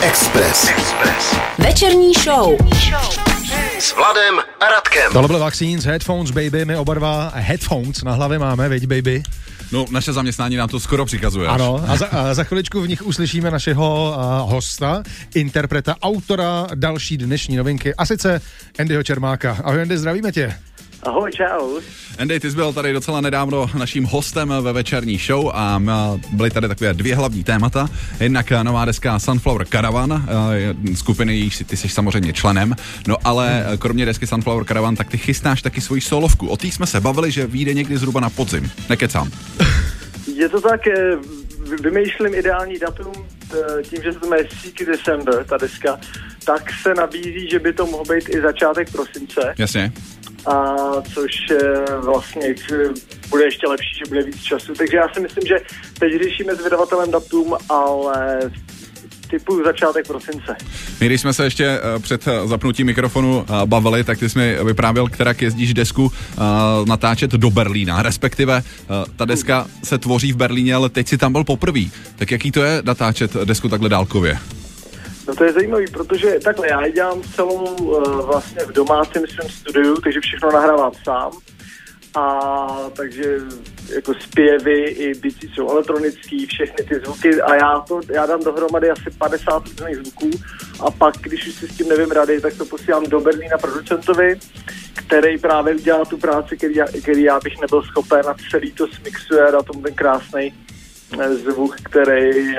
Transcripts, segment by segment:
Express. Večerní show. S Vladem a Radkem. Tohle byl Vaccines, Headphones, baby, my oba dva headphones na hlavě máme, veď baby. No, naše zaměstnání nám to skoro přikazuje. Ano, a za chviličku v nich uslyšíme našeho hosta, interpreta, autora další dnešní novinky, a sice Andyho Čermáka. Ahoj Andy, zdravíme tě. Ahoj, čau. Andy, ty jsi byl tady docela nedávno naším hostem ve večerní show a byly tady takové dvě hlavní témata. Jednak nová deska Sunflower Caravan, skupiny, jejíž ty jsi samozřejmě členem, no ale kromě desky Sunflower Caravan, tak ty chystáš taky svoji solovku. O té jsme se bavili, že vyjde někdy zhruba na podzim. Nekecám. Je to tak, vymýšlím ideální datum, tím, že se to jmenuje Secret December, ta deska, tak se nabízí, že by to mohl být i začátek prosince. Jasně. A což vlastně bude ještě lepší, že bude víc času. Takže já si myslím, že teď řešíme s vydavatelem datum, ale typu začátek prosince. My, když jsme se ještě před zapnutím mikrofonu bavili, tak ty jsi mi vyprávěl, kterak jezdíš desku natáčet do Berlína, respektive ta deska se tvoří v Berlíně, ale teď si tam byl poprvé. Tak jaký to je natáčet desku takhle dálkově? No to je zajímavý, protože takhle já dělám celou vlastně v domácím svém studiu, takže všechno nahrávám sám. A takže jako zpěvy i bicí jsou elektronický, všechny ty zvuky a já dám dohromady asi 50 různých zvuků a pak, když už si s tím nevím rady, tak to posílám do Berlína producentovi, který právě udělá tu práci, který já bych nebyl schopen, a celý to smixuje a dá tomu ten krásný zvuk, který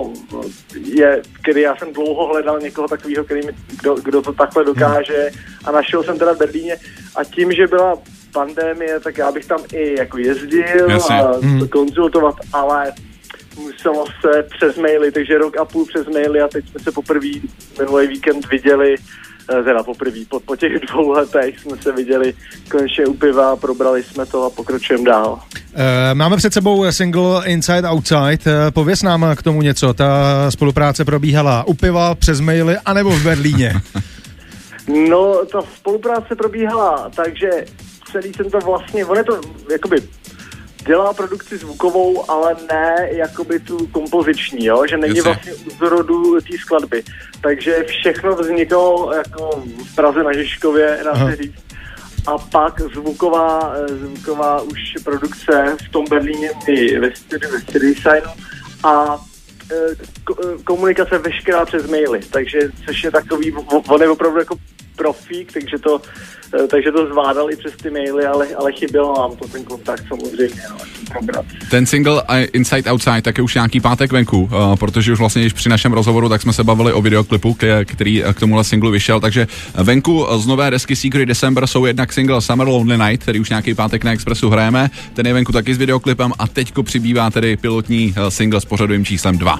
já jsem dlouho hledal někoho takového, kdo to takhle dokáže, a našel jsem teda v Berlíně, a tím, že byla pandémie, tak já bych tam i jako jezdil a konzultovat, ale muselo se přes maily, takže rok a půl přes maily, a teď jsme se poprvé minulý víkend viděli, po těch 2 letech jsme se viděli konečně u piva, probrali jsme to a pokračujeme dál. Máme před sebou single Inside Outside, pověz nám k tomu něco, ta spolupráce probíhala u piva, přes maily, anebo v Berlíně? No, ta spolupráce probíhala, takže celý jsem to vlastně, on je to jakoby dělá produkci zvukovou, ale ne jakoby tu kompoziční, jo? Že není vlastně u zrodu té skladby. Takže všechno vzniklo jako v Praze na Žižkově, dá se říct. A pak zvuková už produkce v tom Berlíně i ve studiu Designu a komunikace veškerá přes maily. Takže což je takový, on je opravdu jako profík, takže to zvládal i přes ty maily, ale chybělo nám to ten kontakt samozřejmě. Ten single Inside Outside tak je už nějaký pátek venku, protože už vlastně při našem rozhovoru tak jsme se bavili o videoklipu, který k tomuhle singlu vyšel, takže venku z nové desky Secret December jsou jednak single Summer Lonely Night, který už nějaký pátek na Expressu hrajeme, ten je venku taky s videoklipem a teďko přibývá tedy pilotní single s pořadovým číslem 2.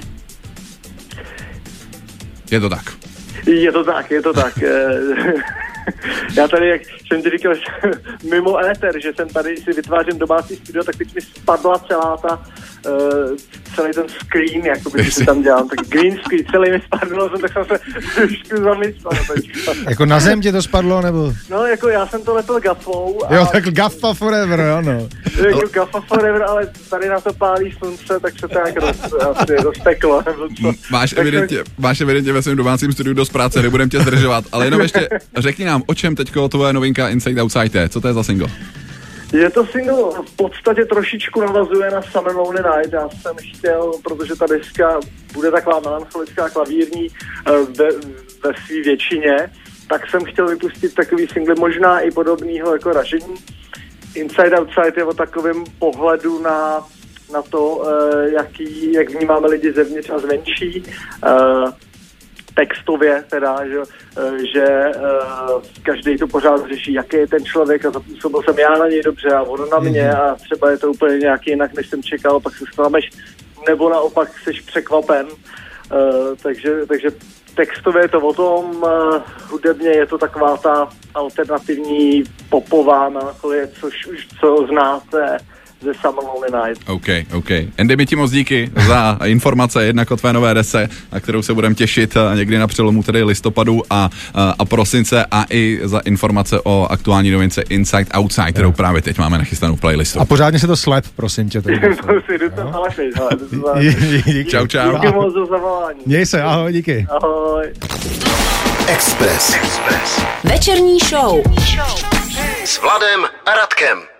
Je to tak? Je to tak. Já tady, jak jsem ti říkal, mimo éter, že jsem tady si vytvářím domácí studio, tak teď mi spadla celý ten screen, jakoby, že si tam dělám, tak green screen, celý mi spadlo, tak jsem se trošku zamyslel. Jako na zem tě to spadlo, nebo? No, jako já jsem to lepil gafou. Jo, tak gaffa forever, jo, no. Jako gaffa forever, ale tady na to pálí slunce, tak se to nějak rozteklo, nebo co. Máš evidentně ve svém domácím studiu dost práce, nebudem tě zdržovat, ale jenom ještě řekni nám, o čem teďko tvoje novinka Inside Outside je, co to je za single? Je to single, v podstatě trošičku navazuje na Summer Lonely Night. Já jsem chtěl, protože ta deska bude taková melancholická, klavírní ve své většině, tak jsem chtěl vypustit takový single, možná i podobného jako ražení. Inside Outside je o takovém pohledu na to, jak vnímáme lidi zevnitř a zvenčí. Textově teda, že každý to pořád řeší, jaký je ten člověk, a zapůsobil jsem já na něj dobře a on na mě, a třeba je to úplně nějaký jinak, než jsem čekal, pak se zklameš, nebo naopak seš překvapen. Takže textově je to o tom, hudebně je to taková ta alternativní popová melancholie, co znáte ze Summer Lonely Night. OK. Andy, my ti moc díky za informace jednak o tvé nové desce, na kterou se budeme těšit někdy na přelomu tedy listopadu a prosince, a i za informace o aktuální novince Inside Outside, kterou právě teď máme nachystanou playlistu. A pořádně se to slep, prosím tě. Čau. Díky moc za zavolání. Měj se, ahoj, díky. Ahoj. Express. Večerní show. S Vladem a Radkem.